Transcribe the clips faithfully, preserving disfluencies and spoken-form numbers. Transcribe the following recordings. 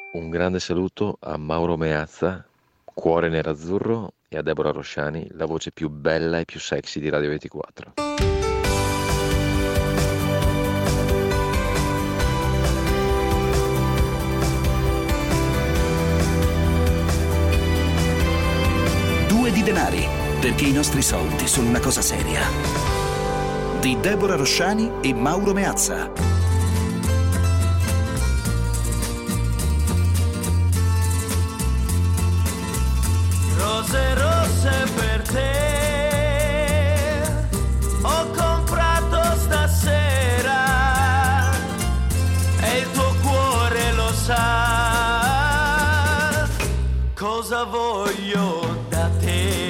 Un grande saluto a Mauro Meazza, cuore nerazzurro, e a Deborah Rosciani, la voce più bella e più sexy di Radio ventiquattro. Due di denari, perché i nostri soldi sono una cosa seria. Di Deborah Rosciani e Mauro Meazza. Rose rosse per te ho comprato stasera e il tuo cuore lo sa cosa voglio da te.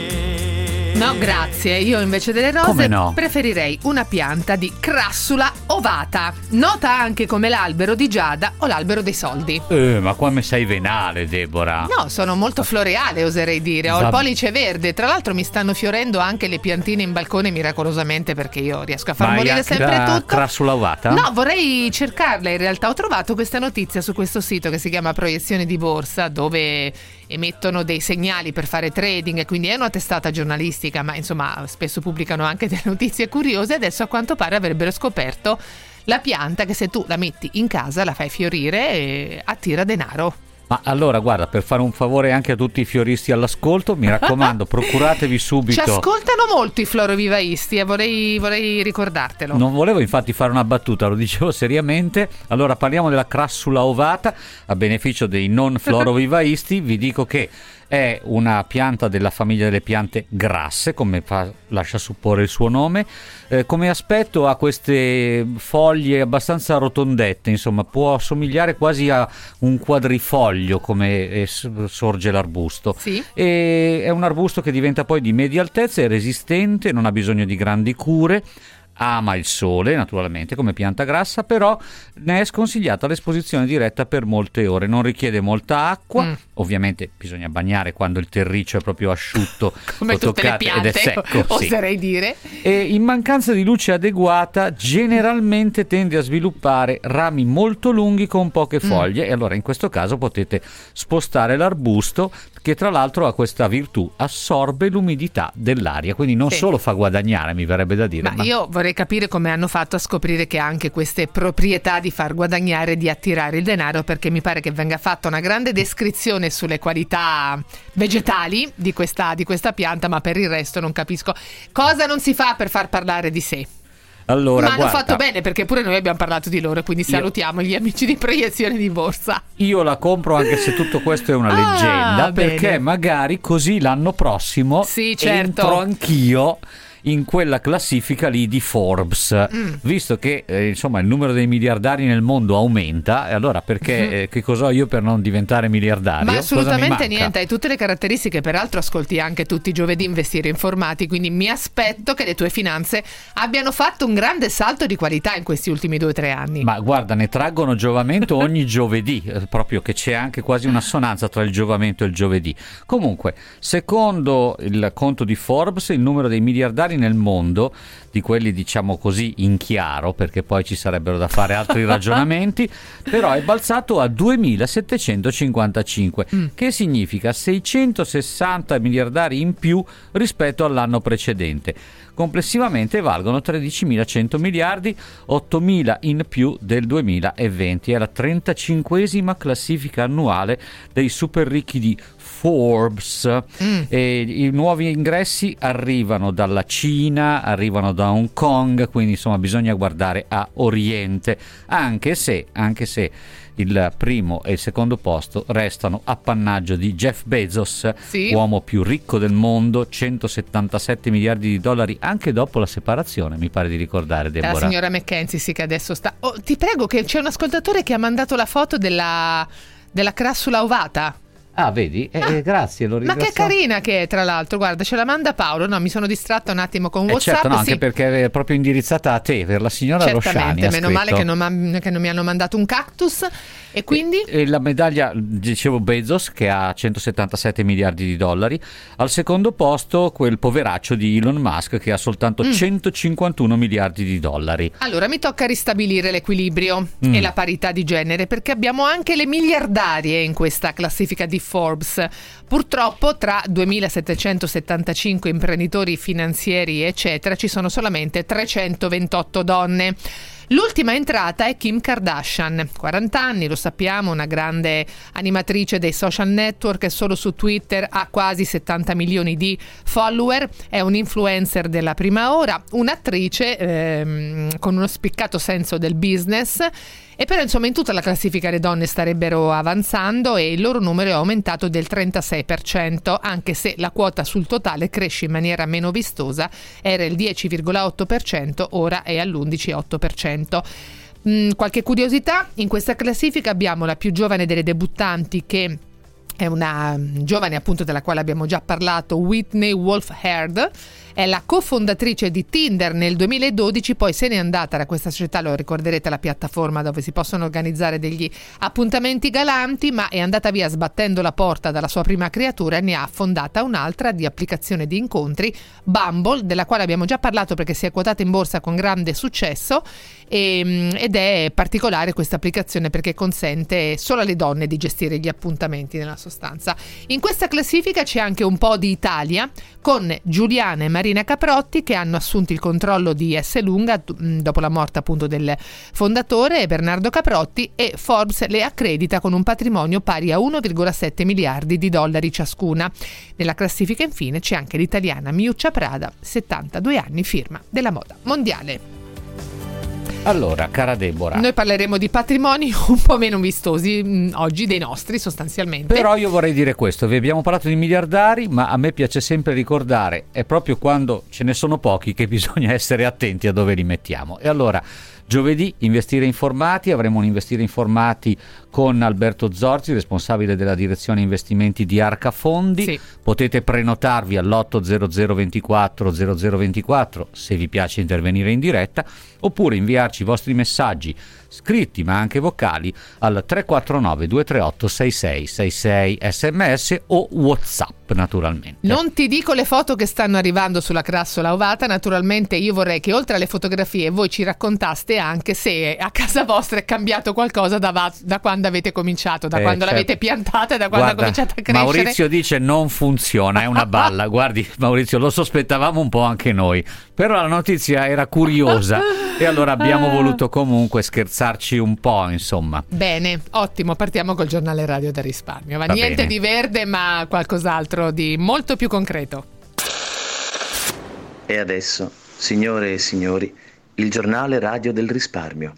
No, grazie. Io invece delle rose Come no? preferirei una pianta di crassula ovata, nota anche come l'albero di Giada o l'albero dei soldi. Eh, ma come sei venale, Deborah? No, sono molto floreale, oserei dire. Ho Va- il pollice verde. Tra l'altro mi stanno fiorendo anche le piantine in balcone miracolosamente, perché io riesco a far Ma hai morire anche sempre la tutto. crassula ovata? No, vorrei cercarla. In realtà ho trovato questa notizia su questo sito che si chiama Proiezioni di Borsa, dove emettono dei segnali per fare trading, e quindi è una testata giornalistica, ma insomma spesso pubblicano anche delle notizie curiose. Adesso a quanto pare avrebbero scoperto la pianta che se tu la metti in casa, la fai fiorire e attira denaro. Ma allora, guarda, per fare un favore anche a tutti i fioristi all'ascolto, mi raccomando, procuratevi subito. Ci ascoltano molto i florovivaisti e vorrei, vorrei ricordartelo. Non volevo infatti fare una battuta, lo dicevo seriamente. Allora parliamo della crassula ovata a beneficio dei non florovivaisti. Vi dico che è una pianta della famiglia delle piante grasse, come fa, lascia supporre il suo nome. Eh, come aspetto ha queste foglie abbastanza rotondette, insomma può assomigliare quasi a un quadrifoglio come eh, sorge l'arbusto. Sì. E è un arbusto che diventa poi di media altezza, è resistente, non ha bisogno di grandi cure. Ama il sole, naturalmente, come pianta grassa, però ne è sconsigliata l'esposizione diretta per molte ore. Non richiede molta acqua, Mm. ovviamente bisogna bagnare quando il terriccio è proprio asciutto, Come lo tutte le toccate piante, ed è secco. Sì. oserei dire. E in mancanza di luce adeguata generalmente tende a sviluppare rami molto lunghi con poche foglie, e allora in questo caso potete spostare l'arbusto, che tra l'altro ha questa virtù: assorbe l'umidità dell'aria, quindi non Sì. solo fa guadagnare, mi verrebbe da dire, Ma ma io vorrei capire come hanno fatto a scoprire che ha anche queste proprietà di far guadagnare e di attirare il denaro, perché mi pare che venga fatta una grande descrizione sulle qualità vegetali di questa, di questa pianta, ma per il resto non capisco cosa non si fa per far parlare di sé. allora Ma hanno guarda, fatto bene, perché pure noi abbiamo parlato di loro, quindi Io- salutiamo gli amici di Proiezione di Borsa. io la compro anche se tutto questo è una Ah, leggenda, perché bene. magari così l'anno prossimo Sì, certo. entro anch'io in quella classifica lì di Forbes, Mm. visto che eh, insomma il numero dei miliardari nel mondo aumenta, e allora perché eh, che cosa ho io per non diventare miliardario? Ma Cosa mi assolutamente manca? niente, hai tutte le caratteristiche. Peraltro ascolti anche tutti i giovedì Investire Informati, quindi mi aspetto che le tue finanze abbiano fatto un grande salto di qualità in questi ultimi due o tre anni. Ma guarda, ne traggono giovamento ogni giovedì, eh, proprio che c'è anche quasi un'assonanza tra il giovamento e il giovedì. Comunque, secondo il conto di Forbes, il numero dei miliardari nel mondo, di quelli diciamo così in chiaro, perché poi ci sarebbero da fare altri ragionamenti, però è balzato a duemilasettecentocinquantacinque, che significa seicentosessanta miliardari in più rispetto all'anno precedente. Complessivamente valgono tredicimilacento miliardi, ottomila in più del duemilaventi. È la trentacinquesima classifica annuale dei super ricchi di Forbes. Mm. E i nuovi ingressi arrivano dalla Cina, arrivano da Hong Kong, quindi insomma bisogna guardare a Oriente, anche se, anche se il primo e il secondo posto restano appannaggio di Jeff Bezos, Sì. uomo più ricco del mondo, centosettantasette miliardi di dollari anche dopo la separazione, mi pare di ricordare, È la Deborah. signora McKenzie, sì, che adesso sta... Oh, ti prego, che c'è un ascoltatore che ha mandato la foto della, della crassula ovata. Ah, vedi? Eh, Ah, grazie, lo Ma ringrazio. che carina che è, tra l'altro, guarda, ce la manda Paolo. No, mi sono distratta un attimo con Eh, WhatsApp. certo, no, anche sì. perché è proprio indirizzata a te, per la signora Rosciani. Certamente, ha meno scritto. male che non, ma- che non mi hanno mandato un cactus. E quindi? E la medaglia, dicevo, Bezos, che ha centosettantasette miliardi di dollari. Al secondo posto quel poveraccio di Elon Musk, che ha soltanto Mm. centocinquantuno miliardi di dollari. Allora, mi tocca ristabilire l'equilibrio Mm. e la parità di genere, perché abbiamo anche le miliardarie in questa classifica di Forbes. Purtroppo tra duemilasettecentosettantacinque imprenditori finanziari, eccetera, ci sono solamente trecentoventotto donne. L'ultima entrata è Kim Kardashian, quaranta anni, lo sappiamo, una grande animatrice dei social network, e solo su Twitter ha quasi settanta milioni di follower, è un influencer della prima ora, un'attrice ehm, con uno spiccato senso del business. E però insomma in tutta la classifica le donne starebbero avanzando e il loro numero è aumentato del trentasei per cento, anche se la quota sul totale cresce in maniera meno vistosa, era il dieci virgola otto per cento, ora è all'undici virgola otto per cento. Mm, qualche curiosità: in questa classifica abbiamo la più giovane delle debuttanti, che è una giovane appunto della quale abbiamo già parlato, Whitney Wolf Herd. È la cofondatrice di Tinder nel duemiladodici, poi se n'è andata da questa società, lo ricorderete, la piattaforma dove si possono organizzare degli appuntamenti galanti, ma è andata via sbattendo la porta dalla sua prima creatura e ne ha fondata un'altra di applicazione di incontri, Bumble, della quale abbiamo già parlato perché si è quotata in borsa con grande successo, e, ed è particolare questa applicazione perché consente solo alle donne di gestire gli appuntamenti nella sostanza. In questa classifica c'è anche un po' di Italia, con Giuliana e Marina Caprotti, che hanno assunto il controllo di Esselunga dopo la morte appunto del fondatore Bernardo Caprotti, e Forbes le accredita con un patrimonio pari a uno virgola sette miliardi di dollari ciascuna. Nella classifica infine c'è anche l'italiana Miuccia Prada, settantadue anni, firma della moda mondiale. Allora, cara Deborah, Noi parleremo di patrimoni un po' meno vistosi mh, oggi, dei nostri sostanzialmente. però io vorrei dire questo: vi abbiamo parlato di miliardari, ma a me piace sempre ricordare, è proprio quando ce ne sono pochi che bisogna essere attenti a dove li mettiamo. E allora, giovedì, Investire Informati, avremo un Investire Informati con Alberto Zorzi, responsabile della direzione investimenti di Arca Fondi. Sì. Potete prenotarvi all'otto zero zero ventiquattro zero zero ventiquattro se vi piace intervenire in diretta, oppure inviarci i vostri messaggi scritti ma anche vocali al tre quattro nove due tre otto sei sei sei sei, sms o WhatsApp naturalmente. Non ti dico le foto che stanno arrivando sulla Crassola Ovata. Naturalmente io vorrei che oltre alle fotografie voi ci raccontaste anche se a casa vostra è cambiato qualcosa da, va- da quando avete cominciato, da Eh, quando certo. l'avete piantata e da quando Guarda, ha cominciato a crescere. Maurizio dice non funziona, è una balla. Guardi Maurizio, lo sospettavamo un po' anche noi, però la notizia era curiosa e allora abbiamo voluto comunque scherzarci un po', insomma. Bene, ottimo, partiamo col giornale radio del risparmio. Ma Va niente bene. di verde, ma qualcos'altro di molto più concreto. E adesso, signore e signori, il giornale radio del risparmio.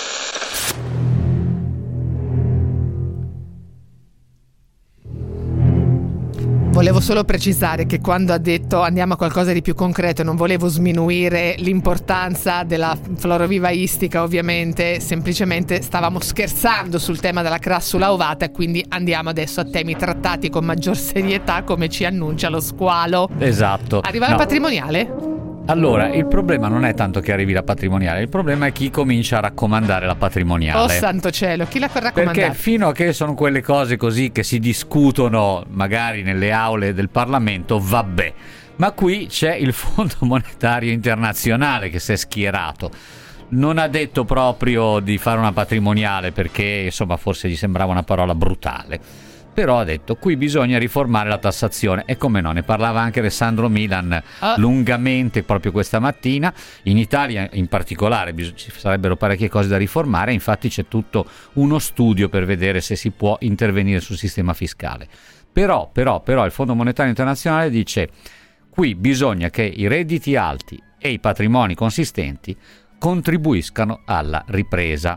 Volevo solo precisare che quando ha detto andiamo a qualcosa di più concreto non volevo sminuire l'importanza della florovivaistica, ovviamente, semplicemente stavamo scherzando sul tema della Crassula Ovata e quindi andiamo adesso a temi trattati con maggior serietà, come ci annuncia lo squalo. Esatto. Arriva No. la patrimoniale? Allora, il problema non è tanto che arrivi la patrimoniale, il problema è chi comincia a raccomandare la patrimoniale. Oh santo cielo, chi l'ha raccomandato? Perché fino a che sono quelle cose così che si discutono magari nelle aule del Parlamento, vabbè. Ma qui c'è il Fondo Monetario Internazionale che si è schierato. Non ha detto proprio di fare una patrimoniale perché, insomma, forse gli sembrava una parola brutale. Però ha detto qui bisogna riformare la tassazione, e come no, ne parlava anche Alessandro Milan Ah. lungamente proprio questa mattina. In Italia in particolare bis- ci sarebbero parecchie cose da riformare, infatti c'è tutto uno studio per vedere se si può intervenire sul sistema fiscale. Però, però, però il Fondo Monetario Internazionale dice qui bisogna che i redditi alti e i patrimoni consistenti contribuiscano alla ripresa.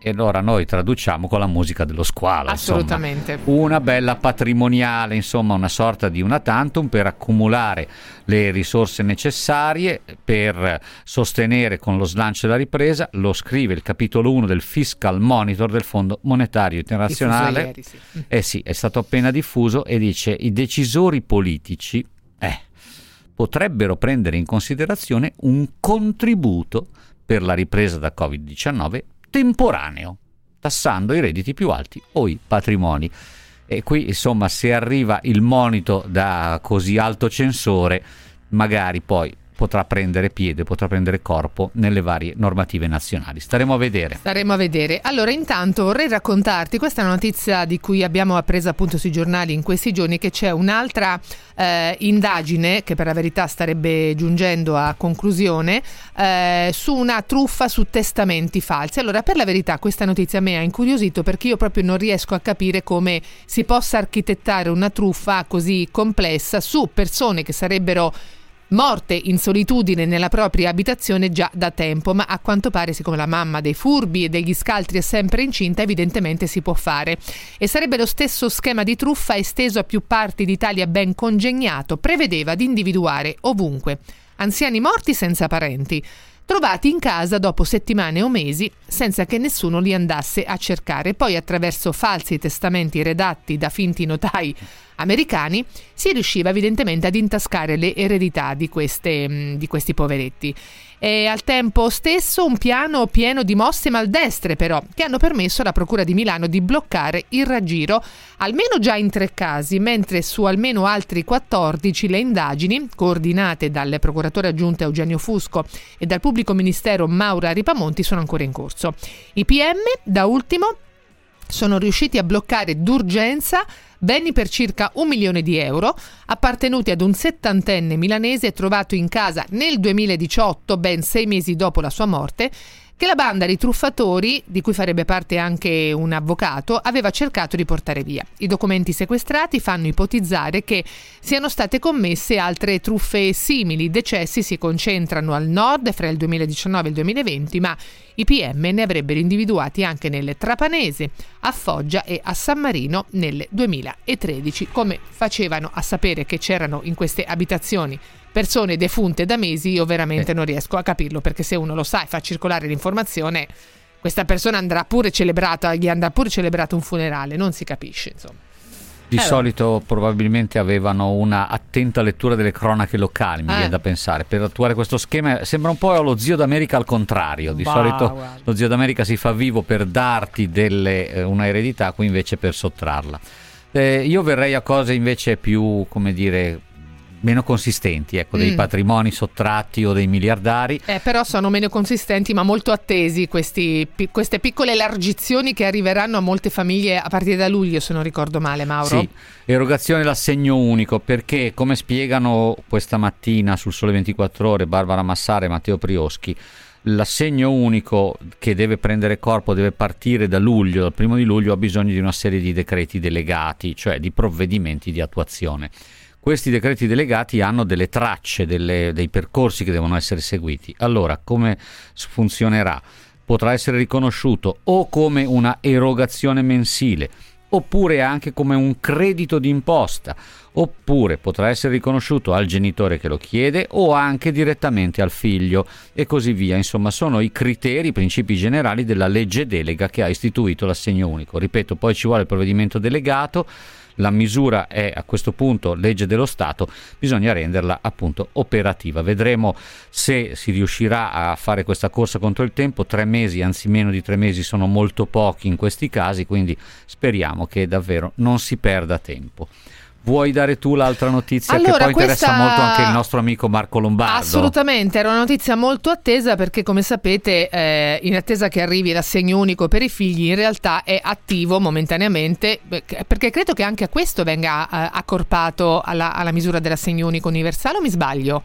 e allora noi traduciamo con la musica dello squalo. Assolutamente. Insomma, una bella patrimoniale, insomma una sorta di una tantum per accumulare le risorse necessarie per sostenere con lo slancio della ripresa. Lo scrive il capitolo uno del Fiscal Monitor del Fondo Monetario Internazionale. Ieri, sì. Eh sì, è stato appena diffuso e dice: i decisori politici eh, potrebbero prendere in considerazione un contributo per la ripresa da covid diciannove temporaneo, tassando i redditi più alti o i patrimoni. E qui insomma, se arriva il monito da così alto censore, magari poi potrà prendere piede, potrà prendere corpo nelle varie normative nazionali. Staremo a vedere. Staremo a vedere. Allora, intanto vorrei raccontarti, questa è una notizia di cui abbiamo appreso appunto sui giornali in questi giorni, che c'è un'altra eh, indagine che per la verità starebbe giungendo a conclusione eh, su una truffa su testamenti falsi. Allora, per la verità questa notizia mi ha incuriosito, perché io proprio non riesco a capire come si possa architettare una truffa così complessa su persone che sarebbero morte in solitudine nella propria abitazione già da tempo, ma a quanto pare, siccome la mamma dei furbi e degli scaltri è sempre incinta, evidentemente si può fare. E sarebbe lo stesso schema di truffa esteso a più parti d'Italia, ben congegnato. Prevedeva di individuare ovunque anziani morti senza parenti, trovati in casa dopo settimane o mesi senza che nessuno li andasse a cercare. Poi, attraverso falsi testamenti redatti da finti notai americani, si riusciva evidentemente ad intascare le eredità di, queste, di questi poveretti. E al tempo stesso un piano pieno di mosse maldestre, però, che hanno permesso alla Procura di Milano di bloccare il raggiro almeno già in tre casi, mentre su almeno altri quattordici le indagini, coordinate dal procuratore aggiunto Eugenio Fusco e dal pubblico ministero Maura Ripamonti, sono ancora in corso. I P M, da ultimo, sono riusciti a bloccare d'urgenza beni per circa un milione di euro appartenuti ad un settantenne milanese trovato in casa nel duemiladiciotto, ben sei mesi dopo la sua morte, che la banda di truffatori, di cui farebbe parte anche un avvocato, aveva cercato di portare via. I documenti sequestrati fanno ipotizzare che siano state commesse altre truffe simili. I decessi si concentrano al nord fra il duemiladiciannove e il duemilaventi, ma i P M ne avrebbero individuati anche nel Trapanese, a Foggia e a San Marino nel duemilatredici. Come facevano a sapere che c'erano in queste abitazioni persone defunte da mesi, io veramente eh. non riesco a capirlo, perché se uno lo sa e fa circolare l'informazione, questa persona andrà pure celebrata, gli andrà pure celebrato un funerale, non si capisce, insomma. Di eh, solito probabilmente avevano una attenta lettura delle cronache locali, mi eh. viene da pensare, per attuare questo schema. Sembra un po' lo Zio d'America al contrario. Di bah, solito guarda. Lo Zio d'America si fa vivo per darti delle, eh, una eredità, qui invece per sottrarla. Eh, io verrei a cose invece più, come dire, meno consistenti, ecco, dei mm. patrimoni sottratti o dei miliardari. Eh, però sono meno consistenti ma molto attesi questi, pi- queste piccole elargizioni che arriveranno a molte famiglie a partire da luglio, se non ricordo male, Mauro. Sì, erogazione dell'assegno unico, perché come spiegano questa mattina sul Sole ventiquattro Ore Barbara Massara e Matteo Prioschi, l'assegno unico che deve prendere corpo, deve partire da luglio, dal primo di luglio, ha bisogno di una serie di decreti delegati, cioè di provvedimenti di attuazione. Questi decreti delegati hanno delle tracce, delle, dei percorsi che devono essere seguiti. Allora, come funzionerà? Potrà essere riconosciuto o come una erogazione mensile, oppure anche come un credito d'imposta, oppure potrà essere riconosciuto al genitore che lo chiede o anche direttamente al figlio, e così via. Insomma, sono i criteri, i principi generali della legge delega che ha istituito l'assegno unico. Ripeto, poi ci vuole il provvedimento delegato. La misura è a questo punto legge dello Stato, bisogna renderla appunto operativa. Vedremo se si riuscirà a fare questa corsa contro il tempo. Tre mesi, anzi meno di tre mesi, sono molto pochi in questi casi, quindi speriamo che davvero non si perda tempo. Vuoi dare tu l'altra notizia, allora, che poi questa... interessa molto anche il nostro amico Marco Lombardo? Assolutamente, era una notizia molto attesa, perché come sapete eh, in attesa che arrivi l'assegno unico per i figli, in realtà è attivo momentaneamente, perché credo che anche a questo venga eh, accorpato alla, alla misura dell'assegno unico universale, o mi sbaglio?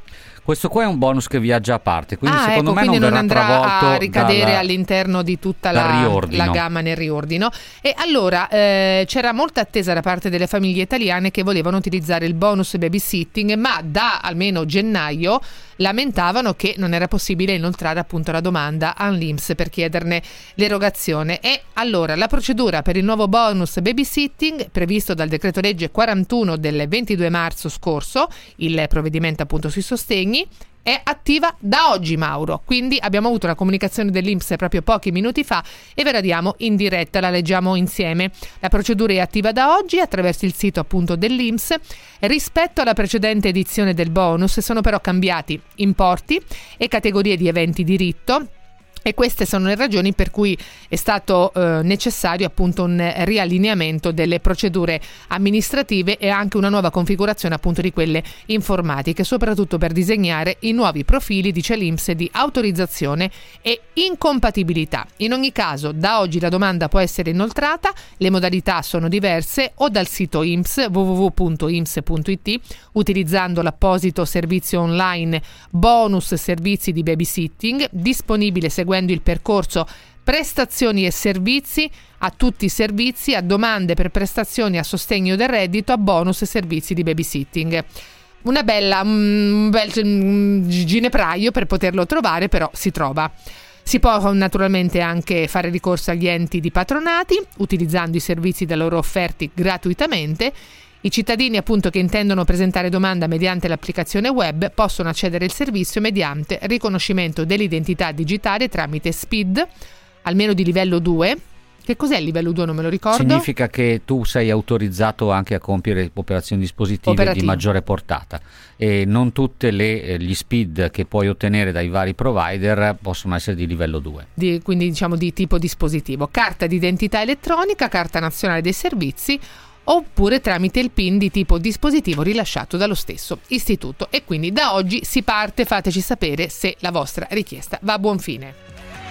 Questo qua è un bonus che viaggia a parte, quindi ah, secondo ecco, me quindi non non verrà andrà travolto a ricadere dalla, all'interno di tutta la, riordino. la gamma nel riordino. E allora eh, c'era molta attesa da parte delle famiglie italiane che volevano utilizzare il bonus babysitting, ma da almeno gennaio lamentavano che non era possibile inoltrare appunto la domanda all'I N P S per chiederne l'erogazione. E allora la procedura per il nuovo bonus babysitting previsto dal decreto legge quarantuno del ventidue marzo scorso, il provvedimento appunto sui sostegni, è attiva da oggi, Mauro. Quindi abbiamo avuto una comunicazione dell'I N P S proprio pochi minuti fa e ve la diamo in diretta, la leggiamo insieme. La procedura è attiva da oggi attraverso il sito appunto dell'I N P S. Rispetto alla precedente edizione del bonus sono però cambiati importi e categorie di eventi di rito. E queste sono le ragioni per cui è stato eh, necessario appunto un riallineamento delle procedure amministrative e anche una nuova configurazione appunto di quelle informatiche, soprattutto per disegnare i nuovi profili, dice l'I N P S, di autorizzazione e incompatibilità. In ogni caso, da oggi la domanda può essere inoltrata, le modalità sono diverse, o dal sito I N P S w w w punto i n p s punto i t, utilizzando l'apposito servizio online bonus servizi di babysitting, disponibile seguendo il percorso prestazioni e servizi a tutti i servizi, a domande per prestazioni a sostegno del reddito, a bonus e servizi di babysitting. Una bella, un bel un ginepraio per poterlo trovare, però si trova. Si può naturalmente anche fare ricorso agli enti di patronati, utilizzando i servizi da loro offerti gratuitamente. I cittadini appunto che intendono presentare domanda mediante l'applicazione web possono accedere al servizio mediante riconoscimento dell'identità digitale tramite S P I D, almeno di livello due. Che cos'è il livello due? Non me lo ricordo. Significa che tu sei autorizzato anche a compiere operazioni dispositive Operativo. di maggiore portata, e non tutte le, gli S P I D che puoi ottenere dai vari provider possono essere di livello due. Di, quindi diciamo di tipo dispositivo. Carta d'identità elettronica, carta nazionale dei servizi, oppure tramite il P I N di tipo dispositivo rilasciato dallo stesso istituto. E quindi da oggi si parte, fateci sapere se la vostra richiesta va a buon fine.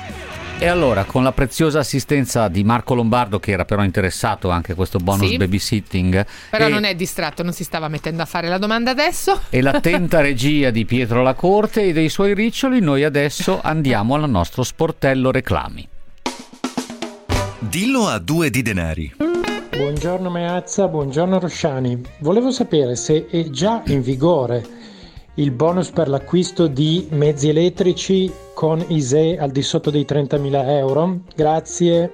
E allora, con la preziosa assistenza di Marco Lombardo, che era però interessato anche a questo bonus sì, babysitting, però e, non è distratto, non si stava mettendo a fare la domanda adesso, e l'attenta regia di Pietro Lacorte e dei suoi riccioli, noi adesso andiamo al nostro sportello reclami. Dillo a due di denari. Buongiorno Meazza, buongiorno Rosciani. Volevo sapere se è già in vigore il bonus per l'acquisto di mezzi elettrici con I S E E al di sotto dei trentamila euro. Grazie.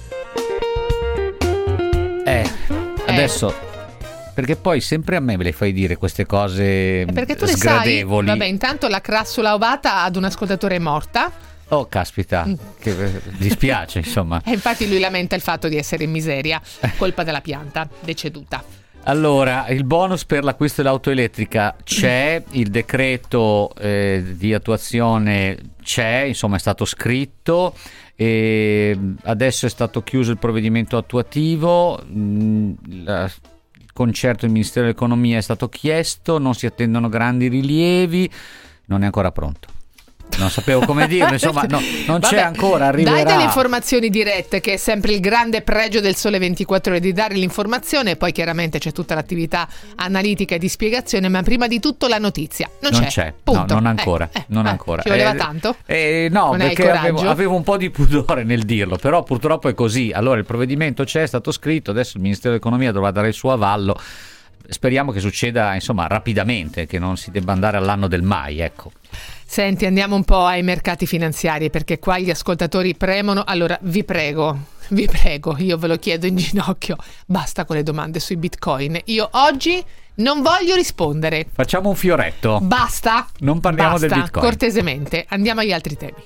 Eh, adesso, perché poi sempre a me me le fai dire queste cose perché tu sgradevoli. Le sai, vabbè, intanto la crassola ovata ad un ascoltatore è morta. Oh, caspita, che dispiace, insomma. E infatti lui lamenta il fatto di essere in miseria, colpa della pianta deceduta. Allora, il bonus per l'acquisto dell'auto elettrica c'è, il decreto eh, di attuazione c'è, insomma è stato scritto, e adesso è stato chiuso il provvedimento attuativo, mh, la, il concerto del Ministero dell'Economia è stato chiesto, non si attendono grandi rilievi, non è ancora pronto. Non sapevo come dirlo, insomma, no, non Vabbè, c'è ancora, arriverà. Dai delle informazioni dirette, che è sempre il grande pregio del Sole ventiquattro Ore, di dare l'informazione, e poi chiaramente c'è tutta l'attività analitica e di spiegazione, ma prima di tutto la notizia. Non, non c'è, c'è. punto. No, non ancora, eh, non eh, ancora. Ci voleva eh, tanto? Eh, no, non perché avevo, avevo un po' di pudore nel dirlo, però purtroppo è così. Allora il provvedimento c'è, è stato scritto, adesso il Ministero dell'Economia dovrà dare il suo avallo. Speriamo che succeda, insomma, rapidamente, che non si debba andare all'anno del mai, ecco. Senti, andiamo un po' ai mercati finanziari, perché qua gli ascoltatori premono. Allora, vi prego, vi prego, io ve lo chiedo in ginocchio, basta con le domande sui bitcoin. Io oggi non voglio rispondere. Facciamo un fioretto. Basta. Non parliamo basta, del bitcoin. Cortesemente, andiamo agli altri temi.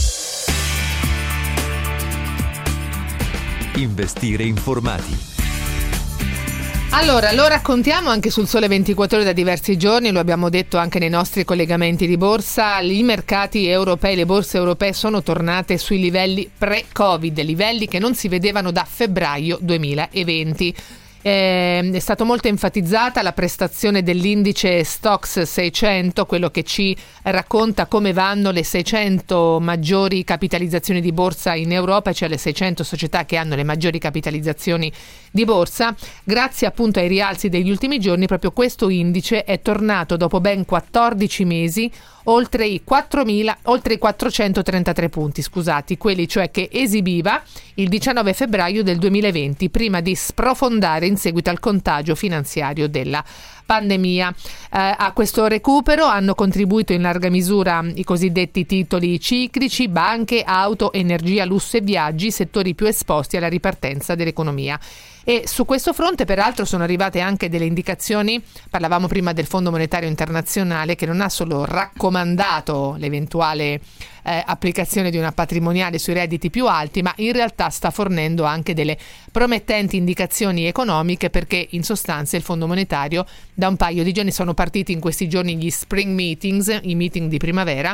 Investire informati. Allora, lo raccontiamo anche sul Sole ventiquattro Ore da diversi giorni, lo abbiamo detto anche nei nostri collegamenti di borsa, i mercati europei, le borse europee sono tornate sui livelli pre-Covid, livelli che non si vedevano da febbraio duemilaventi. Eh, è stato molto enfatizzata la prestazione dell'indice Stoxx seicento, quello che ci racconta come vanno le seicento maggiori capitalizzazioni di borsa in Europa, cioè le seicento società che hanno le maggiori capitalizzazioni di borsa. Grazie appunto ai rialzi degli ultimi giorni, proprio questo indice è tornato dopo ben quattordici mesi oltre i quattromila, oltre i quattrocentotrentatré punti, scusati, quelli cioè che esibiva il diciannove febbraio del duemilaventi, prima di sprofondare in seguito al contagio finanziario della pandemia. Eh, a questo recupero hanno contribuito in larga misura i cosiddetti titoli ciclici, banche, auto, energia, lusso e viaggi, settori più esposti alla ripartenza dell'economia. E su questo fronte peraltro sono arrivate anche delle indicazioni. Parlavamo prima del Fondo Monetario Internazionale, che non ha solo raccomandato l'eventuale eh, applicazione di una patrimoniale sui redditi più alti, ma in realtà sta fornendo anche delle promettenti indicazioni economiche, perché in sostanza il Fondo Monetario da un paio di giorni sono partiti in questi giorni gli spring meetings, i meeting di primavera,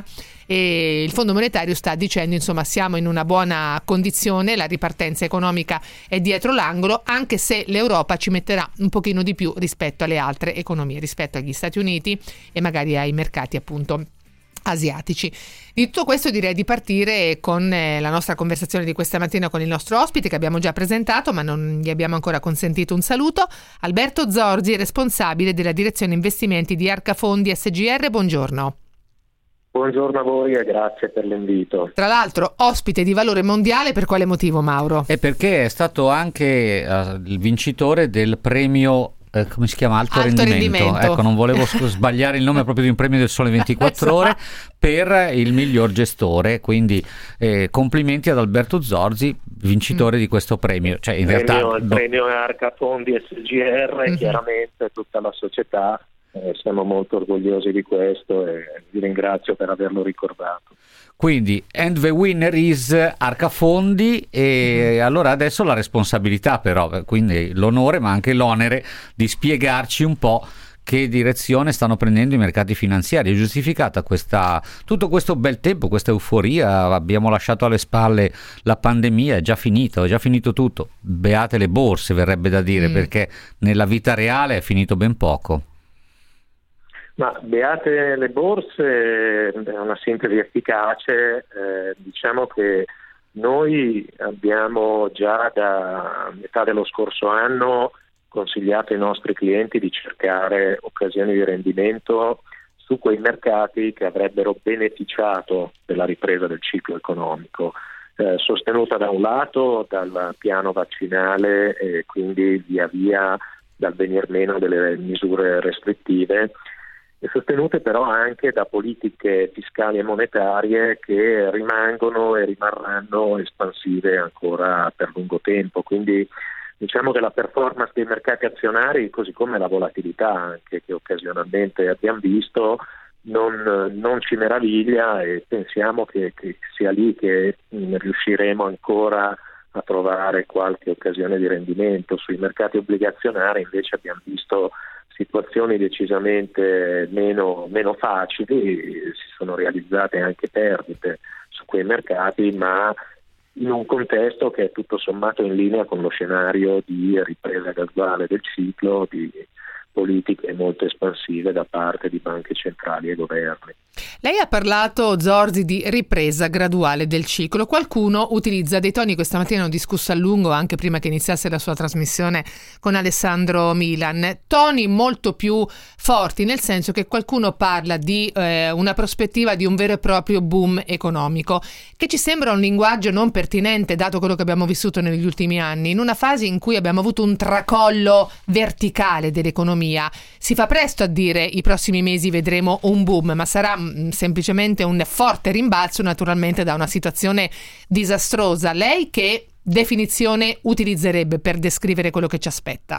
e il Fondo Monetario sta dicendo insomma siamo in una buona condizione, la ripartenza economica è dietro l'angolo, anche se l'Europa ci metterà un pochino di più rispetto alle altre economie, rispetto agli Stati Uniti e magari ai mercati appunto asiatici. Di tutto questo direi di partire con eh, la nostra conversazione di questa mattina con il nostro ospite, che abbiamo già presentato ma non gli abbiamo ancora consentito un saluto. Alberto Zorzi, responsabile della direzione investimenti di Arca Fondi S G R. Buongiorno. Buongiorno a voi e grazie per l'invito. Tra l'altro ospite di valore mondiale, per quale motivo, Mauro? E perché è stato anche uh, il vincitore del premio eh, come si chiama? Alto, Alto rendimento. rendimento. Ecco, non volevo sbagliare il nome proprio di un premio del Sole ventiquattro Ore per il miglior gestore, quindi eh, complimenti ad Alberto Zorzi, vincitore mm. di questo premio. Cioè, in il realtà premio, il no. premio Arca Fondi S G R, mm-hmm. chiaramente tutta la società. Eh, siamo molto orgogliosi di questo e vi ringrazio per averlo ricordato. Quindi, and the winner is Arca Fondi, e mm-hmm. allora adesso la responsabilità però, quindi l'onore ma anche l'onere di spiegarci un po' che direzione stanno prendendo i mercati finanziari. È giustificata questa, tutto questo bel tempo, questa euforia? Abbiamo lasciato alle spalle la pandemia, è già finito, è già finito tutto. Beate le borse, verrebbe da dire, mm. perché nella vita reale è finito ben poco. Ma beate le borse è una sintesi efficace, eh, diciamo che noi abbiamo già da metà dello scorso anno consigliato ai nostri clienti di cercare occasioni di rendimento su quei mercati che avrebbero beneficiato della ripresa del ciclo economico, eh, sostenuta da un lato dal piano vaccinale e quindi via via dal venir meno delle misure restrittive, e sostenute però anche da politiche fiscali e monetarie che rimangono e rimarranno espansive ancora per lungo tempo. Quindi diciamo che la performance dei mercati azionari, così come la volatilità anche che occasionalmente abbiamo visto, non, non ci meraviglia, e pensiamo che, che sia lì che riusciremo ancora a trovare qualche occasione di rendimento. Sui mercati obbligazionari invece abbiamo visto situazioni decisamente meno, meno facili, si sono realizzate anche perdite su quei mercati, ma in un contesto che è tutto sommato in linea con lo scenario di ripresa graduale del ciclo, di politiche molto espansive da parte di banche centrali e governi. Lei ha parlato, Zorzi, di ripresa graduale del ciclo. Qualcuno utilizza dei toni, questa mattina ho discusso a lungo anche prima che iniziasse la sua trasmissione con Alessandro Milan, toni molto più forti, nel senso che qualcuno parla di eh, una prospettiva di un vero e proprio boom economico, che ci sembra un linguaggio non pertinente dato quello che abbiamo vissuto negli ultimi anni, in una fase in cui abbiamo avuto un tracollo verticale dell'economia. Si fa presto a dire i prossimi mesi vedremo un boom, ma sarà semplicemente un forte rimbalzo naturalmente da una situazione disastrosa. Lei che definizione utilizzerebbe per descrivere quello che ci aspetta?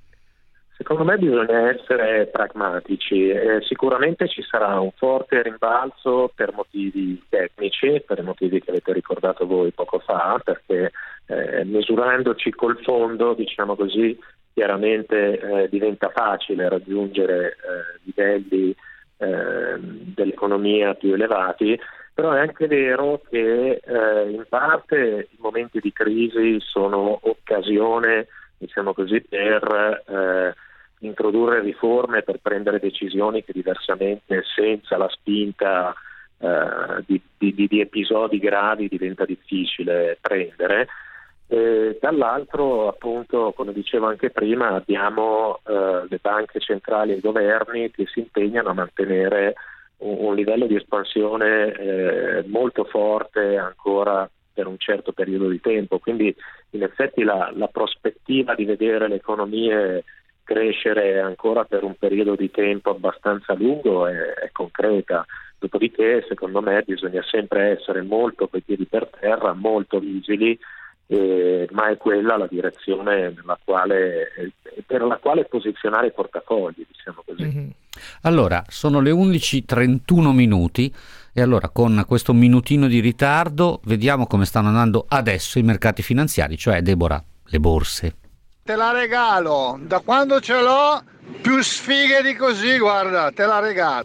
Secondo me bisogna essere pragmatici. Eh, sicuramente ci sarà un forte rimbalzo per motivi tecnici, per i motivi che avete ricordato voi poco fa, perché eh, misurandoci col fondo, diciamo così, chiaramente eh, diventa facile raggiungere eh, livelli eh, dell'economia più elevati, però è anche vero che eh, in parte i momenti di crisi sono occasione diciamo così, per eh, introdurre riforme, per prendere decisioni che diversamente, senza la spinta eh, di, di, di episodi gravi, diventa difficile prendere. E dall'altro, appunto, come dicevo anche prima, abbiamo eh, le banche centrali e i governi che si impegnano a mantenere un, un livello di espansione eh, molto forte ancora per un certo periodo di tempo. Quindi in effetti la, la prospettiva di vedere le economie crescere ancora per un periodo di tempo abbastanza lungo è, è concreta. Dopodiché, secondo me, bisogna sempre essere molto coi piedi per terra, molto vigili, Eh, ma è quella la direzione nella quale, per la quale posizionare i portafogli, diciamo così. Mm-hmm. Allora, sono le undici e trentuno minuti e allora con questo minutino di ritardo vediamo come stanno andando adesso i mercati finanziari, cioè Deborah, le borse. Te la regalo, da quando ce l'ho più sfighe di così, guarda, te la regalo.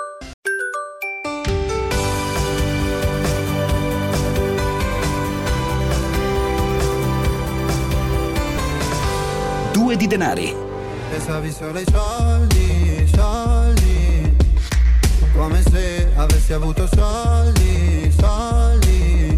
Due di denari. Pensavi solo ai soldi, soldi, come se avessi avuto soldi, soldi,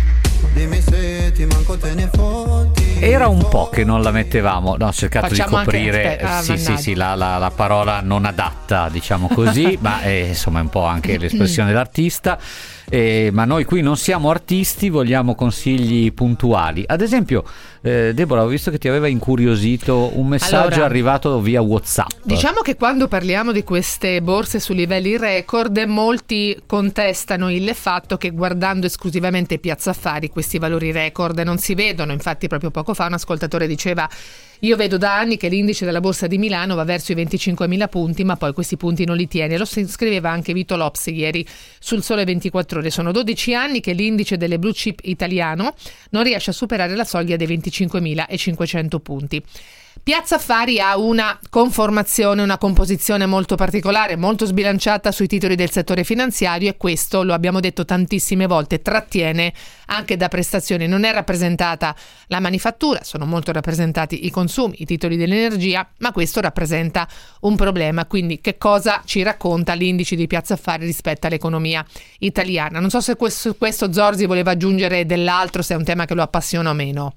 dimmi se ti manco te ne fotti. Era un po' che non la mettevamo, no, ho cercato Facciamo di coprire anche, ah, sì, sì, sì, la, la, la parola non adatta, diciamo così, ma è, insomma è un po' anche l'espressione dell'artista. Eh, ma noi qui non siamo artisti, vogliamo consigli puntuali. Ad esempio, eh, Deborah, ho visto che ti aveva incuriosito un messaggio allora, arrivato via WhatsApp. Diciamo che quando parliamo di queste borse su livelli record, molti contestano il fatto che guardando esclusivamente Piazza Affari questi valori record non si vedono. Infatti proprio poco fa un ascoltatore diceva: io vedo da anni che l'indice della borsa di Milano va verso i venticinquemila punti, ma poi questi punti non li tiene. Lo scriveva anche Vito Lops ieri sul Sole ventiquattro Ore. Sono dodici anni che l'indice delle blue chip italiano non riesce a superare la soglia dei venticinquemilacinquecento punti. Piazza Affari ha una conformazione, una composizione molto particolare, molto sbilanciata sui titoli del settore finanziario, e questo, lo abbiamo detto tantissime volte, trattiene anche da prestazioni. Non è rappresentata la manifattura, sono molto rappresentati i consumi, i titoli dell'energia, ma questo rappresenta un problema. Quindi che cosa ci racconta l'indice di Piazza Affari rispetto all'economia italiana? Non so se questo, questo Zorzi voleva aggiungere dell'altro, se è un tema che lo appassiona o meno.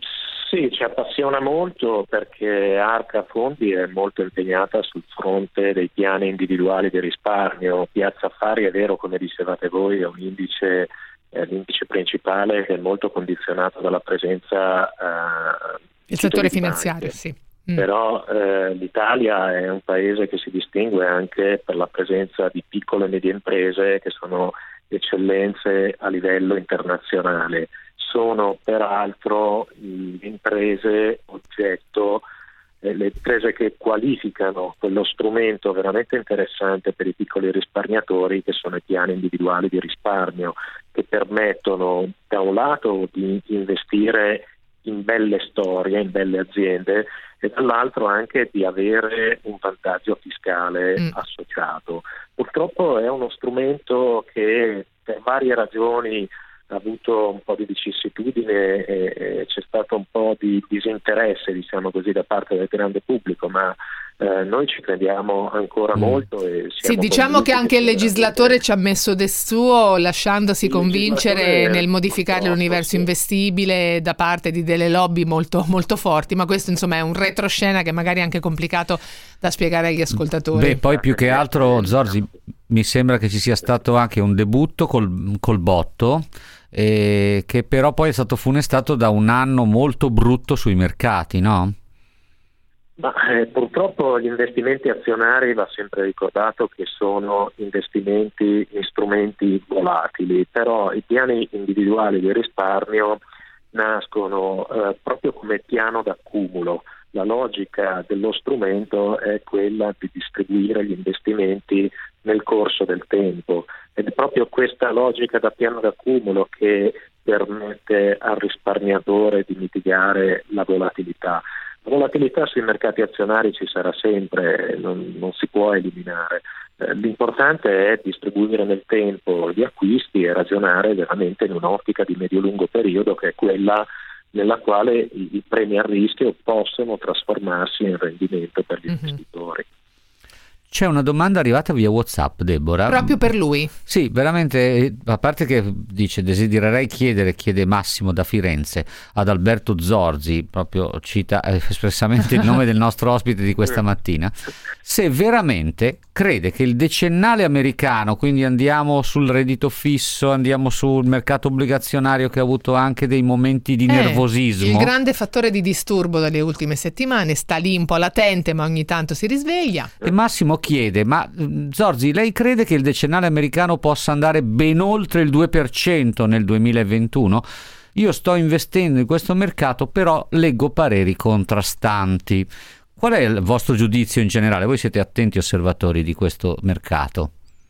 Sì, ci appassiona molto perché Arca Fondi è molto impegnata sul fronte dei piani individuali di risparmio. Piazza Affari, è vero, come dicevate voi, è un indice, eh, l'indice principale che è molto condizionato dalla presenza eh, il settore finanziario, sì. Mm. Però eh, l'Italia è un paese che si distingue anche per la presenza di piccole e medie imprese che sono eccellenze a livello internazionale. Sono peraltro le imprese oggetto, eh, le imprese che qualificano quello strumento veramente interessante per i piccoli risparmiatori, che sono i piani individuali di risparmio, che permettono da un lato di investire in belle storie, in belle aziende, e dall'altro anche di avere un vantaggio fiscale mm. associato. Purtroppo è uno strumento che per varie ragioni ha avuto un po' di vicissitudine e, e c'è stato un po' di disinteresse, diciamo così, da parte del grande pubblico, ma eh, noi ci crediamo ancora mm. molto. E sì, diciamo che anche che il legislatore ci ha messo del suo, lasciandosi convincere nel modificare l'universo sì. investibile da parte di delle lobby molto, molto forti, ma questo insomma è un retroscena che magari è anche complicato da spiegare agli ascoltatori. Beh, poi più che altro, Zorzi, mi sembra che ci sia stato anche un debutto col, col botto, eh, che però poi è stato funestato da un anno molto brutto sui mercati, no? Ma, eh, purtroppo gli investimenti azionari, va sempre ricordato che sono investimenti in strumenti volatili, però i piani individuali di risparmio nascono eh, proprio come piano d'accumulo. La logica dello strumento è quella di distribuire gli investimenti nel corso del tempo, ed è proprio questa logica da piano d'accumulo che permette al risparmiatore di mitigare la volatilità. La volatilità sui mercati azionari ci sarà sempre, non, non si può eliminare. Eh, l'importante è distribuire nel tempo gli acquisti e ragionare veramente in un'ottica di medio-lungo periodo, che è quella nella quale i, i premi a rischio possono trasformarsi in rendimento per gli Mhm. investitori. C'è una domanda arrivata via WhatsApp, Deborah. Proprio per lui. Sì, veramente, a parte che dice desidererei chiedere, chiede Massimo da Firenze, ad Alberto Zorzi, proprio cita eh, espressamente il nome del nostro ospite di questa mattina, se veramente crede che il decennale americano, quindi andiamo sul reddito fisso, andiamo sul mercato obbligazionario che ha avuto anche dei momenti di Eh, nervosismo. Il grande fattore di disturbo delle ultime settimane sta lì un po' latente, ma ogni tanto si risveglia. E Massimo chiede, ma mh, Zorzi, lei crede che il decennale americano possa andare ben oltre il due per cento nel duemilaventuno? Io sto investendo in questo mercato, però leggo pareri contrastanti. Qual è il vostro giudizio in generale? Voi siete attenti osservatori di questo mercato.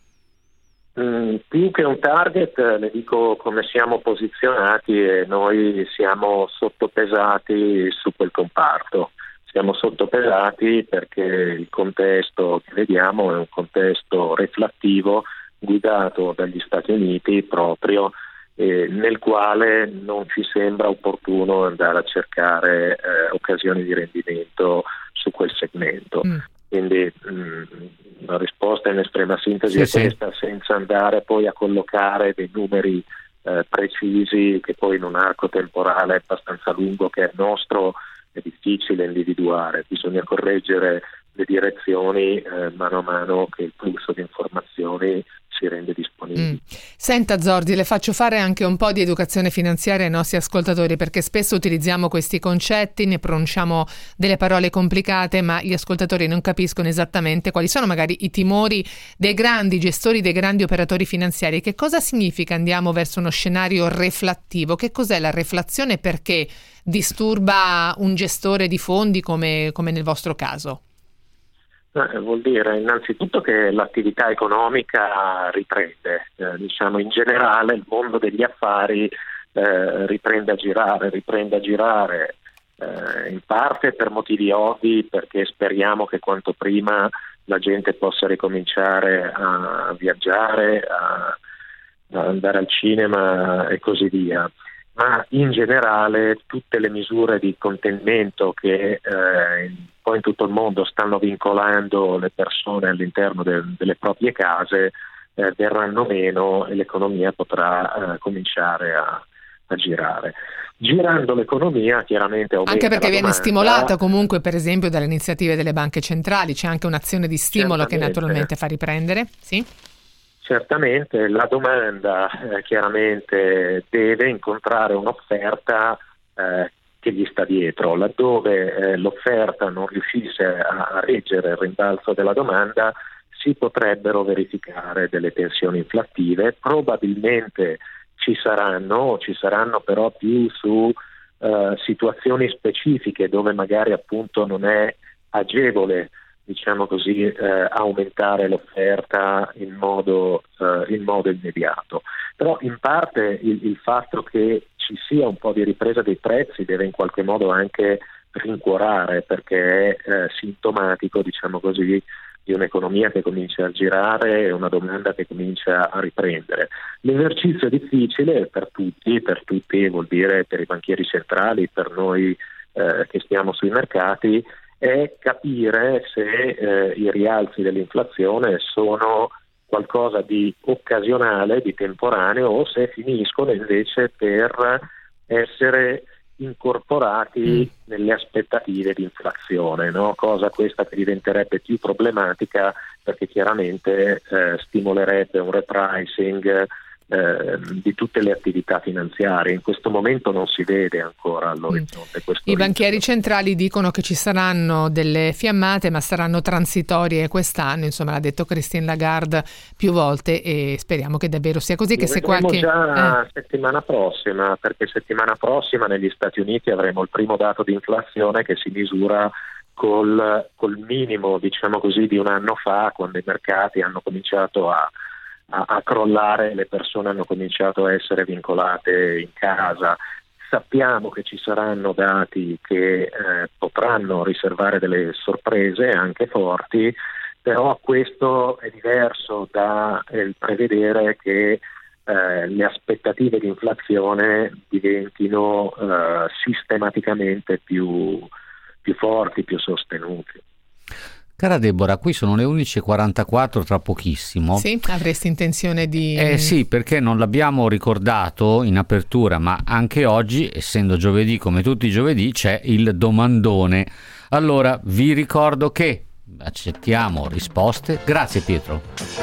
Mm, più che un target, eh, le dico come siamo posizionati, e noi siamo sottopesati su quel comparto. Siamo sottopesati perché il contesto che vediamo è un contesto reflattivo guidato dagli Stati Uniti proprio, eh, nel quale non ci sembra opportuno andare a cercare eh, occasioni di rendimento su quel segmento. Mm. Quindi mh, la risposta in estrema sintesi Sì, è sì. questa, senza andare poi a collocare dei numeri eh, precisi che poi in un arco temporale abbastanza lungo che è il nostro è difficile individuare, bisogna correggere le direzioni eh, mano a mano che il flusso di informazioni si rende disponibile. Mm. Senta Zorzi, le faccio fare anche un po' di educazione finanziaria ai nostri ascoltatori, perché spesso utilizziamo questi concetti, ne pronunciamo delle parole complicate, ma gli ascoltatori non capiscono esattamente quali sono magari i timori dei grandi gestori, dei grandi operatori finanziari. Che cosa significa andiamo verso uno scenario reflattivo? Che cos'è la reflazione e perché disturba un gestore di fondi come, come nel vostro caso? Eh, vuol dire innanzitutto che l'attività economica riprende, eh, diciamo in generale il mondo degli affari eh, riprende a girare, riprende a girare eh, in parte per motivi ovvi, perché speriamo che quanto prima la gente possa ricominciare a viaggiare, a, a andare al cinema e così via. Ma in generale tutte le misure di contenimento che eh, un po' in tutto il mondo stanno vincolando le persone all'interno de- delle proprie case eh, verranno meno e l'economia potrà eh, cominciare a, a girare. Girando l'economia chiaramente aumenta Anche perché la viene domanda. stimolata comunque per esempio dalle iniziative delle banche centrali, c'è anche un'azione di stimolo che Certamente. naturalmente fa riprendere, sì? Certamente la domanda eh, chiaramente deve incontrare un'offerta eh, che gli sta dietro, laddove eh, l'offerta non riuscisse a, a reggere il rimbalzo della domanda si potrebbero verificare delle tensioni inflattive, probabilmente ci saranno, ci saranno però più su eh, situazioni specifiche dove magari appunto non è agevole, diciamo così, eh, aumentare l'offerta in modo, eh, in modo immediato. Però in parte il, il fatto che ci sia un po' di ripresa dei prezzi deve in qualche modo anche rincuorare, perché è eh, sintomatico, diciamo così, di un'economia che comincia a girare e una domanda che comincia a riprendere. L'esercizio è difficile per tutti, per tutti vuol dire per i banchieri centrali, per noi eh, che stiamo sui mercati, è capire se eh, i rialzi dell'inflazione sono qualcosa di occasionale, di temporaneo, o se finiscono invece per essere incorporati mm. nelle aspettative di inflazione, no? Cosa questa che diventerebbe più problematica perché chiaramente eh, stimolerebbe un repricing Eh, di tutte le attività finanziarie. In questo momento non si vede ancora all'orizzonte mm. questo I rischio. banchieri centrali dicono che ci saranno delle fiammate, ma saranno transitorie quest'anno, insomma l'ha detto Christine Lagarde più volte e speriamo che davvero sia così. Che Lo se vedremo qualche già eh. settimana prossima, perché settimana prossima negli Stati Uniti avremo il primo dato di inflazione che si misura col, col minimo, diciamo così, di un anno fa, quando i mercati hanno cominciato a A, a crollare, le persone hanno cominciato a essere vincolate in casa. Sappiamo che ci saranno dati che eh, potranno riservare delle sorprese anche forti, però questo è diverso da eh, prevedere che eh, le aspettative di inflazione diventino eh, sistematicamente più, più forti, più sostenute. Cara Deborah, qui sono le undici e quarantaquattro, tra pochissimo. Sì, avresti intenzione di... Eh sì, perché non l'abbiamo ricordato in apertura, ma anche oggi, essendo giovedì come tutti i giovedì, c'è il domandone. Allora, vi ricordo che accettiamo risposte. Grazie Pietro.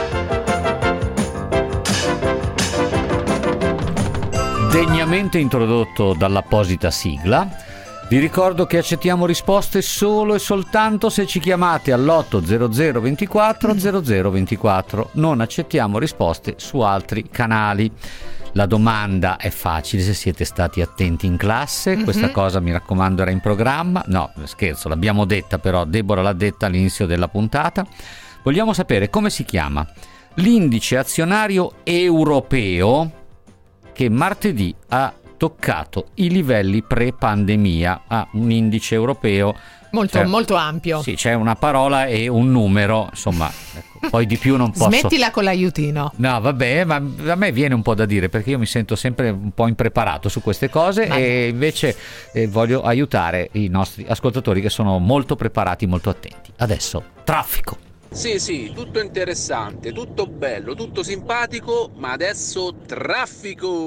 Degnamente introdotto dall'apposita sigla. Vi ricordo che accettiamo risposte solo e soltanto se ci chiamate all'otto zero zero ventiquattro zero zero ventiquattro. Non accettiamo risposte su altri canali. La domanda è facile se siete stati attenti in classe. Mm-hmm. Questa cosa, mi raccomando, era in programma. No, scherzo, l'abbiamo detta, però Deborah l'ha detta all'inizio della puntata. Vogliamo sapere come si chiama l'indice azionario europeo che martedì ha toccato i livelli pre-pandemia. A un indice europeo molto, cioè, molto ampio. Sì, c'è una parola e un numero, insomma, ecco, poi di più non posso. Smettila con l'aiutino. No, vabbè, ma a me viene un po' da dire, perché io mi sento sempre un po' impreparato su queste cose, ma e invece eh, voglio aiutare i nostri ascoltatori che sono molto preparati, molto attenti. Adesso, traffico. Sì, sì, tutto interessante, tutto bello, tutto simpatico, ma adesso traffico.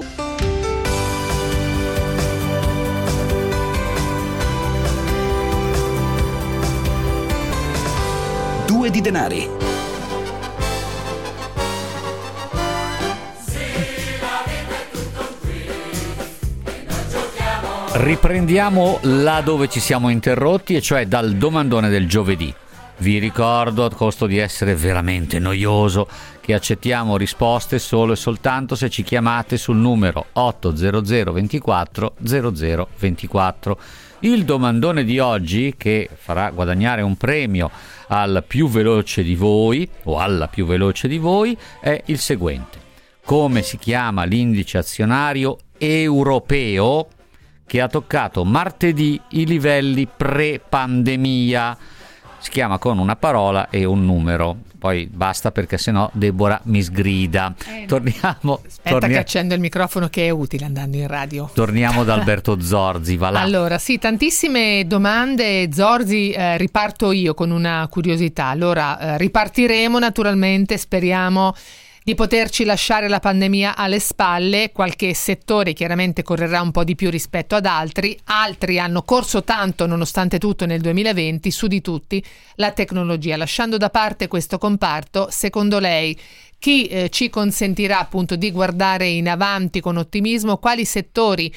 Due di denari. Riprendiamo là dove ci siamo interrotti, e cioè dal domandone del giovedì. Vi ricordo, a costo di essere veramente noioso, che accettiamo risposte solo e soltanto se ci chiamate sul numero otto zero zero ventiquattro zero zero ventiquattro. Il domandone di oggi, che farà guadagnare un premio al più veloce di voi o alla più veloce di voi, è il seguente: come si chiama l'indice azionario europeo che ha toccato martedì i livelli pre-pandemia? Si chiama con una parola e un numero. Poi basta, perché sennò Deborah mi sgrida. Eh, torniamo. Aspetta tornia- che accendo il microfono, che è utile andando in radio. Torniamo da Alberto Zorzi, va là. Allora, sì, tantissime domande. Zorzi, eh, riparto io con una curiosità. Allora, eh, ripartiremo naturalmente, speriamo di poterci lasciare la pandemia alle spalle. Qualche settore chiaramente correrà un po' di più rispetto ad altri, altri hanno corso tanto nonostante tutto nel duemilaventi, su di tutti la tecnologia. Lasciando da parte questo comparto, secondo lei chi eh, ci consentirà appunto di guardare in avanti con ottimismo? Quali settori,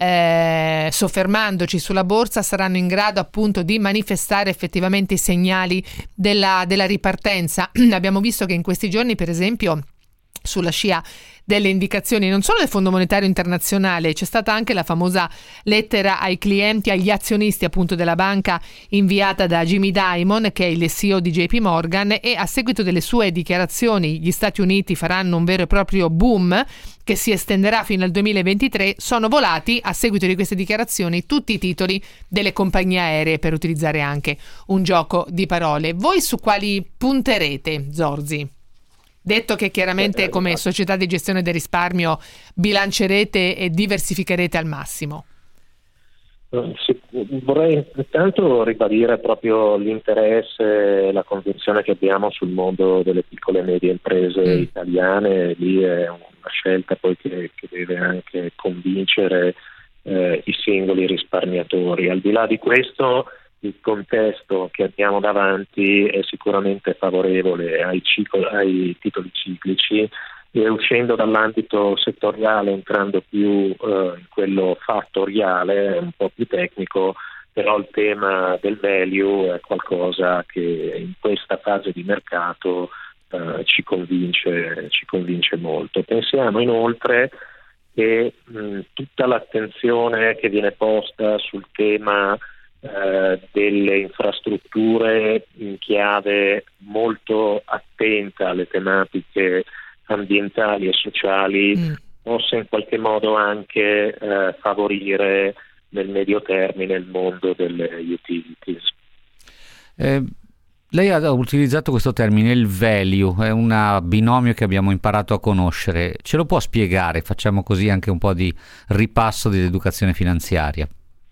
eh, soffermandoci sulla borsa, saranno in grado appunto di manifestare effettivamente i segnali della, della ripartenza? Abbiamo visto che in questi giorni, per esempio, sulla scia delle indicazioni non solo del Fondo Monetario Internazionale, c'è stata anche la famosa lettera ai clienti, agli azionisti appunto della banca, inviata da Jamie Dimon, che è il C E O di J P Morgan, e a seguito delle sue dichiarazioni gli Stati Uniti faranno un vero e proprio boom che si estenderà fino al duemilaventitré. Sono volati a seguito di queste dichiarazioni tutti i titoli delle compagnie aeree, per utilizzare anche un gioco di parole. Voi su quali punterete, Zorzi? Detto che chiaramente come società di gestione del risparmio bilancerete e diversificherete al massimo. Sì, vorrei intanto ribadire proprio l'interesse e la convinzione che abbiamo sul mondo delle piccole e medie imprese mm. italiane. Lì è una scelta poi che, che deve anche convincere eh, i singoli risparmiatori. Al di là di questo, il contesto che abbiamo davanti è sicuramente favorevole ai, ciclo, ai titoli ciclici, e uscendo dall'ambito settoriale, entrando più eh, in quello fattoriale, un po' più tecnico, però il tema del value è qualcosa che in questa fase di mercato eh, ci convince, ci convince molto. Pensiamo inoltre che mh, tutta l'attenzione che viene posta sul tema Eh, delle infrastrutture in chiave molto attenta alle tematiche ambientali e sociali mm. possa in qualche modo anche eh, favorire nel medio termine il mondo delle utilities. Eh, Lei ha utilizzato questo termine, il value, è un binomio che abbiamo imparato a conoscere. Ce lo può spiegare? Facciamo così anche un po' di ripasso dell'educazione finanziaria.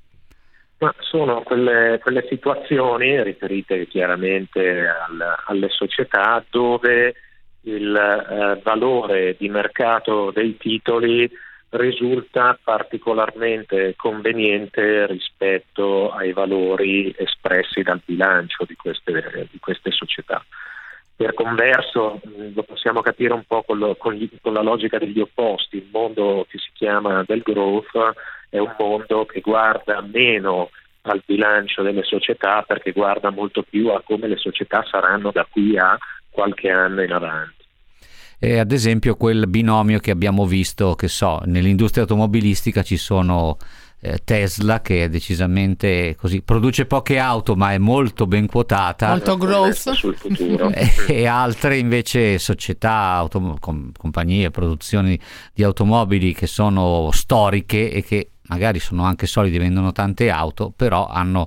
Ma sono quelle, quelle situazioni riferite chiaramente al, alle società dove il eh, valore di mercato dei titoli risulta particolarmente conveniente rispetto ai valori espressi dal bilancio di queste, di queste società. Per converso, lo possiamo capire un po' con, lo, con, gli, con la logica degli opposti. Il mondo che si chiama del growth è un mondo che guarda meno al bilancio delle società perché guarda molto più a come le società saranno da qui a qualche anno in avanti. E ad esempio quel binomio che abbiamo visto, che so, nell'industria automobilistica ci sono eh, Tesla, che è decisamente così, produce poche auto ma è molto ben quotata, molto growth sul futuro. e, e altre invece società, autom- com- compagnie, produzioni di automobili che sono storiche e che magari sono anche solide, vendono tante auto, però hanno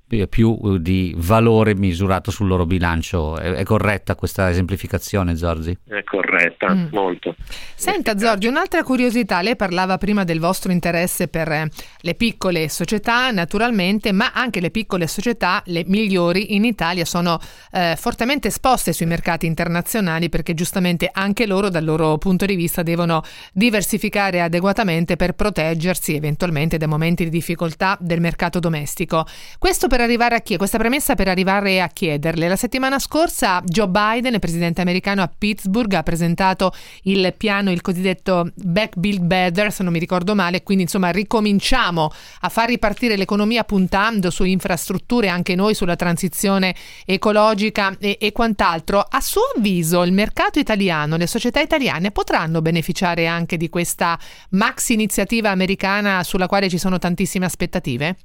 più di valore misurato sul loro bilancio. È, è corretta questa esemplificazione, Zorzi? È corretta, mm. molto. Senta Zorzi, un'altra curiosità, lei parlava prima del vostro interesse per le piccole società naturalmente, ma anche le piccole società, le migliori in Italia, sono eh, fortemente esposte sui mercati internazionali perché giustamente anche loro dal loro punto di vista devono diversificare adeguatamente per proteggersi eventualmente dai momenti di difficoltà del mercato domestico. Questo per arrivare a chi? Questa premessa per arrivare a chiederle. La settimana scorsa Joe Biden, il presidente americano, a Pittsburgh ha presentato il piano, il cosiddetto Back Build Better, se non mi ricordo male, quindi insomma ricominciamo a far ripartire l'economia puntando su infrastrutture, anche noi sulla transizione ecologica e, e quant'altro. A suo avviso il mercato italiano, le società italiane potranno beneficiare anche di questa maxi iniziativa americana sulla quale ci sono tantissime aspettative?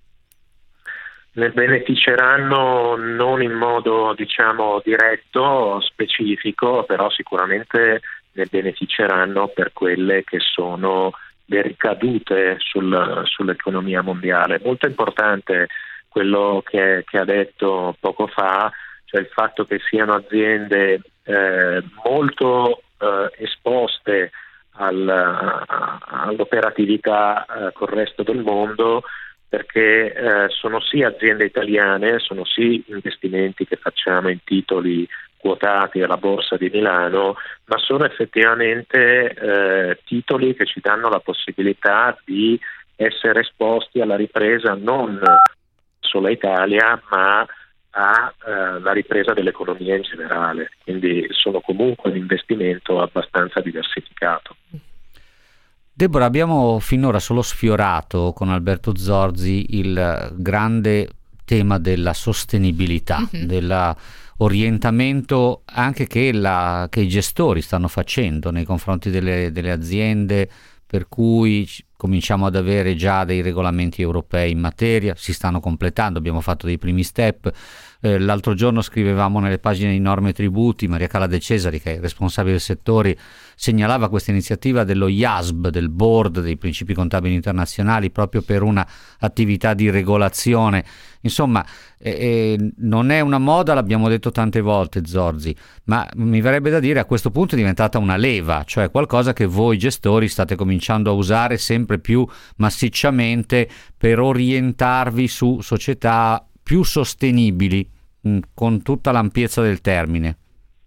Ne beneficeranno non in modo, diciamo, diretto, specifico, però sicuramente ne beneficeranno per quelle che sono le ricadute sul, sull'economia mondiale. Molto importante quello che, che ha detto poco fa, cioè il fatto che siano aziende eh, molto eh, esposte al, a, all'operatività eh, col resto del mondo, perché eh, sono sì aziende italiane, sono sì investimenti che facciamo in titoli quotati alla Borsa di Milano, ma sono effettivamente eh, titoli che ci danno la possibilità di essere esposti alla ripresa non solo a Italia, ma alla eh, ripresa dell'economia in generale. Quindi sono comunque un investimento abbastanza diversificato. Deborah, abbiamo finora solo sfiorato con Alberto Zorzi il grande tema della sostenibilità, mm-hmm. dell'orientamento anche che, la, che i gestori stanno facendo nei confronti delle, delle aziende, per cui cominciamo ad avere già dei regolamenti europei in materia, si stanno completando, abbiamo fatto dei primi step. Eh, l'altro giorno scrivevamo nelle pagine di Norme e Tributi, Maria Cala De Cesari, che è responsabile del settore, segnalava questa iniziativa dello I A S B, del Board dei Principi Contabili Internazionali, proprio per una attività di regolazione. Insomma, eh, eh, non è una moda, l'abbiamo detto tante volte, Zorzi, ma mi verrebbe da dire a questo punto è diventata una leva, cioè qualcosa che voi gestori state cominciando a usare sempre più massicciamente per orientarvi su società più sostenibili, mh, con tutta l'ampiezza del termine.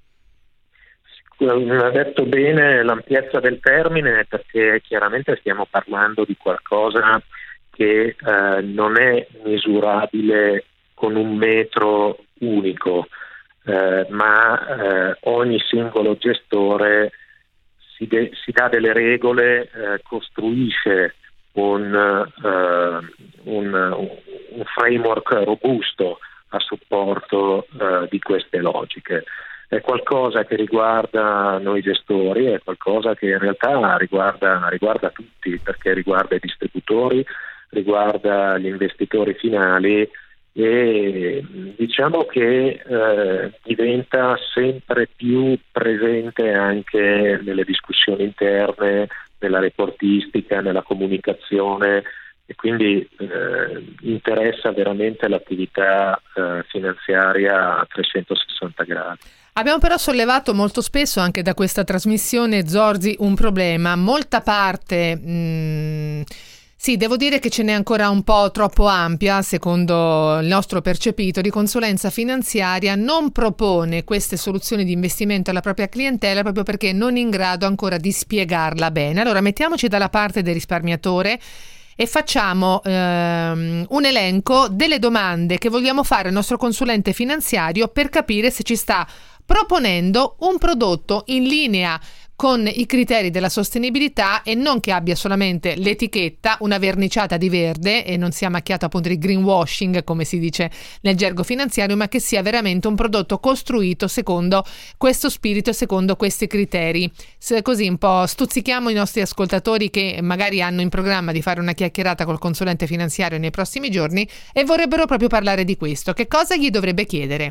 Ha detto bene l'ampiezza del termine, perché chiaramente stiamo parlando di qualcosa che eh, non è misurabile con un metro unico, eh, ma eh, ogni singolo gestore si, de- si dà delle regole, eh, costruisce un, uh, un, un framework robusto a supporto uh, di queste logiche. È qualcosa che riguarda noi gestori, è qualcosa che in realtà riguarda, riguarda tutti, perché riguarda i distributori, riguarda gli investitori finali, e diciamo che eh, diventa sempre più presente anche nelle discussioni interne, nella reportistica, nella comunicazione e quindi eh, interessa veramente l'attività eh, finanziaria a trecentosessanta gradi. Abbiamo però sollevato molto spesso anche da questa trasmissione, Zorzi, un problema. Molta parte, mh, sì, devo dire che ce n'è ancora un po' troppo ampia, secondo il nostro percepito, di consulenza finanziaria non propone queste soluzioni di investimento alla propria clientela proprio perché non è in grado ancora di spiegarla bene. Allora mettiamoci dalla parte del risparmiatore e facciamo ehm, un elenco delle domande che vogliamo fare al nostro consulente finanziario per capire se ci sta proponendo un prodotto in linea con i criteri della sostenibilità e non che abbia solamente l'etichetta, una verniciata di verde e non sia macchiato appunto di greenwashing come si dice nel gergo finanziario, ma che sia veramente un prodotto costruito secondo questo spirito e secondo questi criteri. Se così un po' stuzzichiamo i nostri ascoltatori che magari hanno in programma di fare una chiacchierata col consulente finanziario nei prossimi giorni e vorrebbero proprio parlare di questo. Che cosa gli dovrebbe chiedere?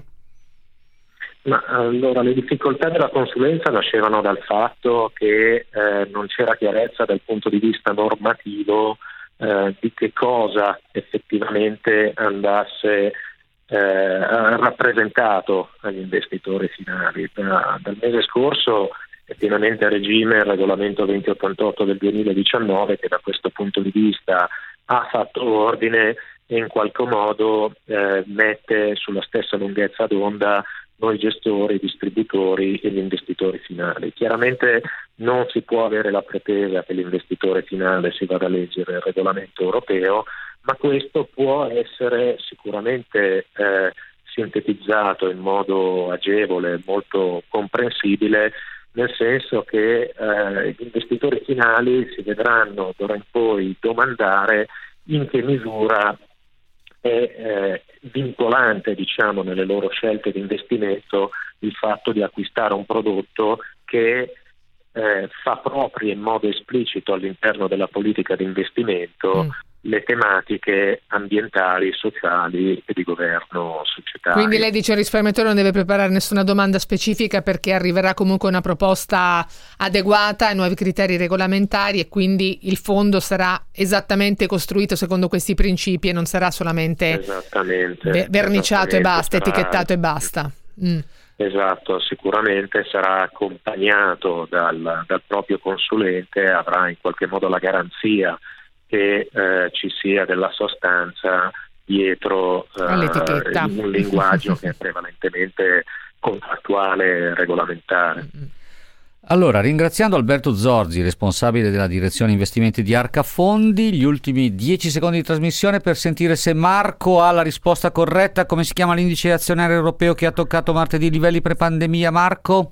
Ma allora le difficoltà della consulenza nascevano dal fatto che eh, non c'era chiarezza dal punto di vista normativo eh, di che cosa effettivamente andasse eh, rappresentato agli investitori finali. Da, dal mese scorso è pienamente a regime il regolamento venti ottantotto del duemiladiciannove che da questo punto di vista ha fatto ordine e in qualche modo eh, mette sulla stessa lunghezza d'onda noi gestori, i distributori e gli investitori finali. Chiaramente non si può avere la pretesa che l'investitore finale si vada a leggere il regolamento europeo, ma questo può essere sicuramente eh, sintetizzato in modo agevole, molto comprensibile, nel senso che eh, gli investitori finali si vedranno d'ora in poi domandare in che misura è eh, vincolante, diciamo, nelle loro scelte di investimento il fatto di acquistare un prodotto che eh, fa proprio in modo esplicito all'interno della politica di investimento mm. le tematiche ambientali, sociali e di governo societario. Quindi lei dice il risparmiatore non deve preparare nessuna domanda specifica perché arriverà comunque una proposta adeguata ai nuovi criteri regolamentari e quindi il fondo sarà esattamente costruito secondo questi principi e non sarà solamente esattamente, ve- verniciato esattamente, e basta, sarà, etichettato e basta. Mm. Esatto, sicuramente sarà accompagnato dal, dal proprio consulente, avrà in qualche modo la garanzia che eh, ci sia della sostanza dietro eh, un linguaggio che è prevalentemente contrattuale e regolamentare. Allora, ringraziando Alberto Zorzi, responsabile della direzione investimenti di Arca Fondi, gli ultimi dieci secondi di trasmissione per sentire se Marco ha la risposta corretta. Come si chiama l'indice azionario europeo che ha toccato martedì i livelli pre-pandemia, Marco?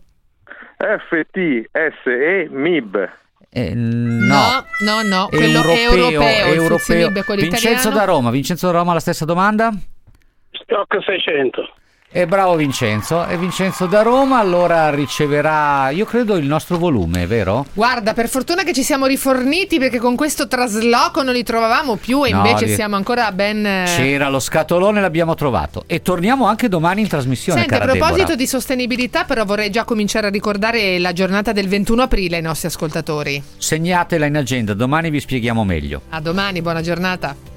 F T S E M I B. Eh, no, no, no, quello europeo, europeo, europeo. Mib, quello Vincenzo italiano. da Roma, Vincenzo da Roma, la stessa domanda? Stock seicento. E bravo Vincenzo, e Vincenzo da Roma allora riceverà, io credo, il nostro volume, vero? Guarda, per fortuna che ci siamo riforniti perché con questo trasloco non li trovavamo più e No, invece li- siamo ancora ben... C'era lo scatolone, l'abbiamo trovato e torniamo anche domani in trasmissione. Senti, a cara proposito Deborah. di sostenibilità, però vorrei già cominciare a ricordare la giornata del ventuno aprile ai nostri ascoltatori. Segnatela in agenda, domani vi spieghiamo meglio. A domani, buona giornata.